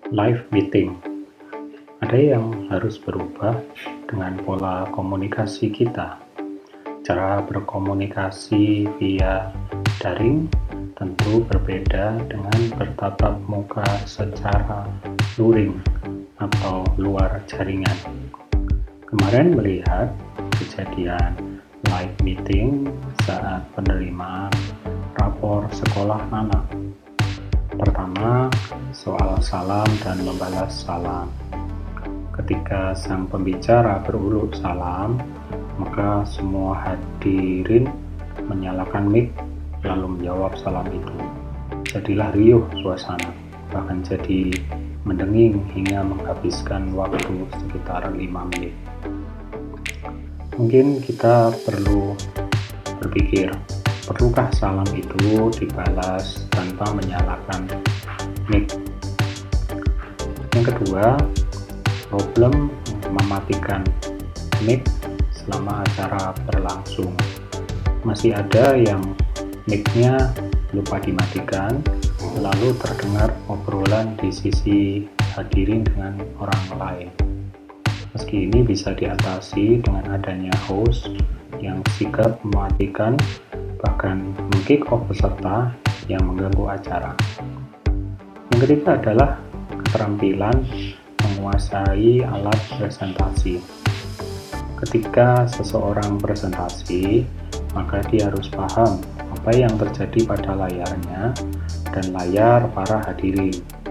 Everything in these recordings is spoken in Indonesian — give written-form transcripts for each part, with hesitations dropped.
Live meeting. Ada yang harus berubah dengan pola komunikasi kita. Cara berkomunikasi via daring tentu berbeda dengan bertatap muka secara luring atau luar jaringan. Kemarin melihat kejadian live meeting saat penerimaan rapor sekolah anak. Pertama, soal salam dan membalas salam. Ketika sang pembicara beruluk salam, maka semua hadirin menyalakan mic lalu menjawab salam itu. Jadilah riuh suasana, bahkan jadi mendenging hingga menghabiskan waktu sekitar 5 menit. Mungkin kita perlu berpikir, perlukah salam itu dibalas tanpa menyalakan mic? Yang kedua, problem mematikan mic selama acara berlangsung. Masih ada yang mic-nya lupa dimatikan, lalu terdengar obrolan di sisi hadirin dengan orang lain. Meski ini bisa diatasi dengan adanya host yang sigap mematikan bahkan men-kick off peserta yang mengganggu acara. Yang ketiga adalah keterampilan menguasai alat presentasi. Ketika seseorang presentasi, maka dia harus paham apa yang terjadi pada layarnya dan layar para hadirin.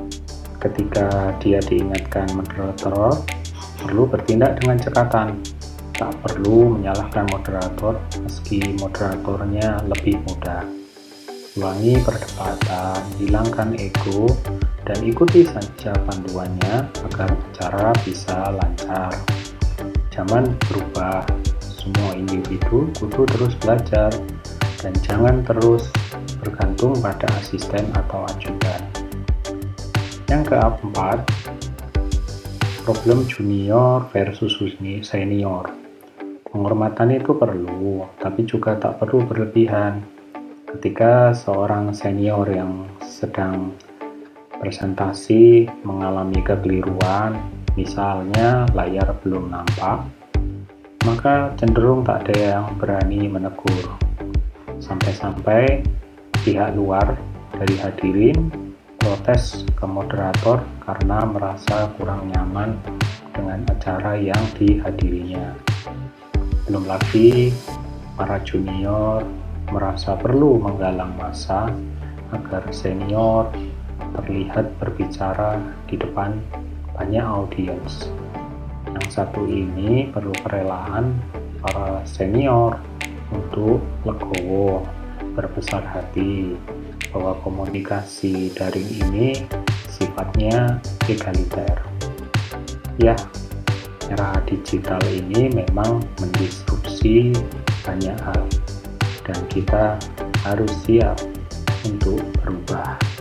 Ketika dia diingatkan moderator, perlu bertindak dengan cekatan. Tak perlu menyalahkan moderator meski moderatornya lebih muda. Ulangi perdebatan, hilangkan ego, dan ikuti saja panduannya agar acara bisa lancar. Zaman berubah, semua individu kudu terus belajar, dan jangan terus bergantung pada asisten atau ajudan. Yang keempat, problem junior versus senior. Penghormatan itu perlu, tapi juga tak perlu berlebihan. Ketika seorang senior yang sedang presentasi mengalami kekeliruan, misalnya layar belum nampak, maka cenderung tak ada yang berani menegur. Sampai-sampai pihak luar dari hadirin protes ke moderator karena merasa kurang nyaman dengan acara yang dihadirinya. Belum lagi para junior merasa perlu menggalang massa agar senior terlihat berbicara di depan banyak audiens. Yang satu ini perlu kerelaan para senior untuk legowo, berbesar hati bahwa komunikasi daring ini sifatnya egaliter. Ya, era digital ini memang mendisrupsi banyak hal dan kita harus siap untuk berubah.